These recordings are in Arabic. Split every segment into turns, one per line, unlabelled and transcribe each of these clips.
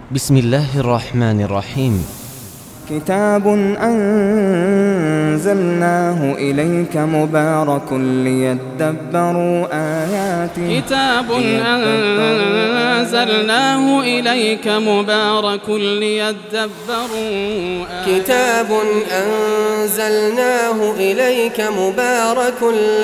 بسم الله الرحمن الرحيم.
كتاب أنزلناه إليك مبارك ليدبروا آياته.
كتاب أنزلناه إليك مبارك ليدبروا آياته.
كتاب أنزلناه إليك مبارك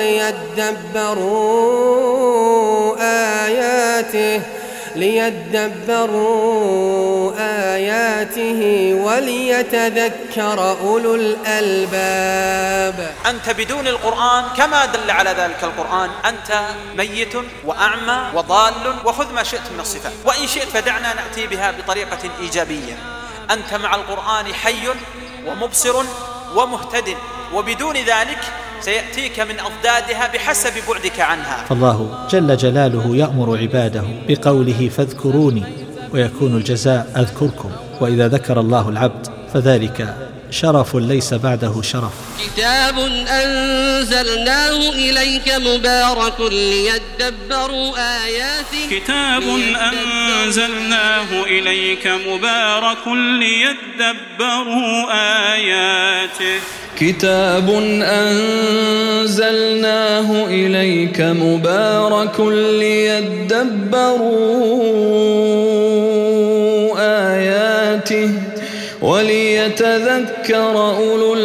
ليدبروا آياته وليتذكر أولو الألباب.
أنت بدون القرآن كما دل على ذلك القرآن أنت ميت وأعمى وضال، وخذ ما شئت من الصفات، وإن شئت فدعنا نأتي بها بطريقة إيجابية. أنت مع القرآن حي ومبصر ومهتد، وبدون ذلك سيأتيك من أضدادها بحسب بعدك عنها.
فالله جل جلاله يأمر عباده بقوله فاذكروني، ويكون الجزاء أذكركم. وإذا ذكر الله العبد فذلك شرف ليس بعده شرف.
كتاب أنزلناه إليك مبارك ليدبروا آياته.
كتاب أنزلناه إليك مبارك ليدبروا آياته.
كتاب أنزلناه إليك مبارك ليدبروا آياته وليتذكر أولو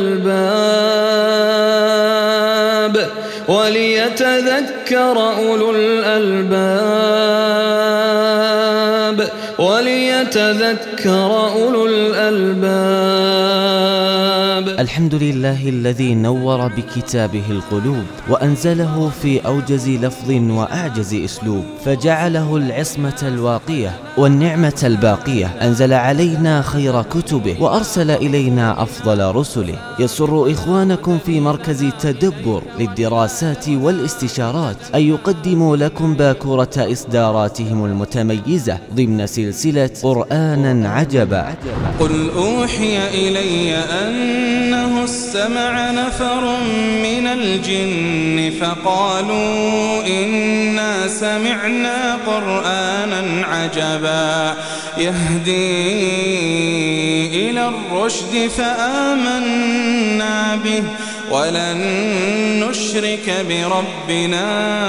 الألباب.
الحمد لله الذي نور بكتابه القلوب وأنزله في أوجز لفظ وأعجز أسلوب، فجعله العصمة الواقية والنعمة الباقية. أنزل علينا خير كتبه وأرسل إلينا أفضل رسله. يسر إخوانكم في مركز تدبر للدراسات والاستشارات أن يقدموا لكم باكورة إصداراتهم المتميزة ضمن سلسلة قرآنا عجبا.
قل أوحي إلي أنه استمع نفر من الجن فقالوا إنا سمعنا قرآنا عجبا يهدي إلى الرشد فآمنا به ولن نشرك بربنا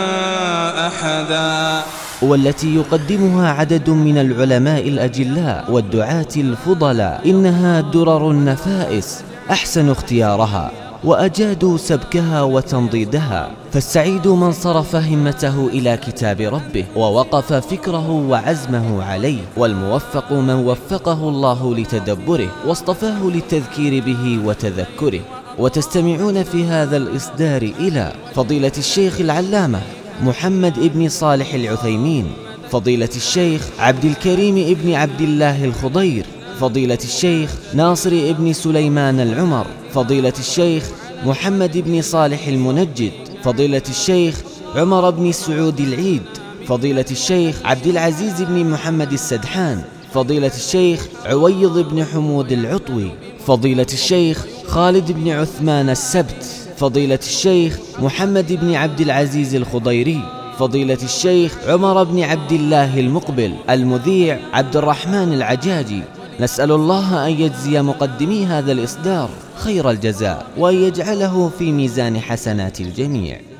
أحدا.
والتي يقدمها عدد من العلماء الأجلاء والدعاة الفضلاء. إنها درر النفائس، أحسن اختيارها وأجادوا سبكها وتنضيدها. فالسعيد من صرف همته إلى كتاب ربه ووقف فكره وعزمه عليه، والموفق من وفقه الله لتدبره واصطفاه للتذكير به وتذكره. وتستمعون في هذا الإصدار إلى فضيلة الشيخ العلامة محمد ابن صالح العثيمين، فضيلة الشيخ عبد الكريم ابن عبد الله الخضير، فضيلة الشيخ ناصر ابن سليمان العمر، فضيلة الشيخ محمد ابن صالح المنجد، فضيلة الشيخ عمر بن سعود العيد، فضيلة الشيخ عبد العزيز بن محمد السدحان، فضيلة الشيخ عويض بن حمود العطوي، فضيلة الشيخ خالد بن عثمان السبت، فضيلة الشيخ محمد بن عبد العزيز الخضيري، فضيلة الشيخ عمر بن عبد الله المقبل، المذيع عبد الرحمن العجاجي. نسأل الله أن يجزي مقدمي هذا الإصدار خير الجزاء وأن يجعله في ميزان حسنات الجميع.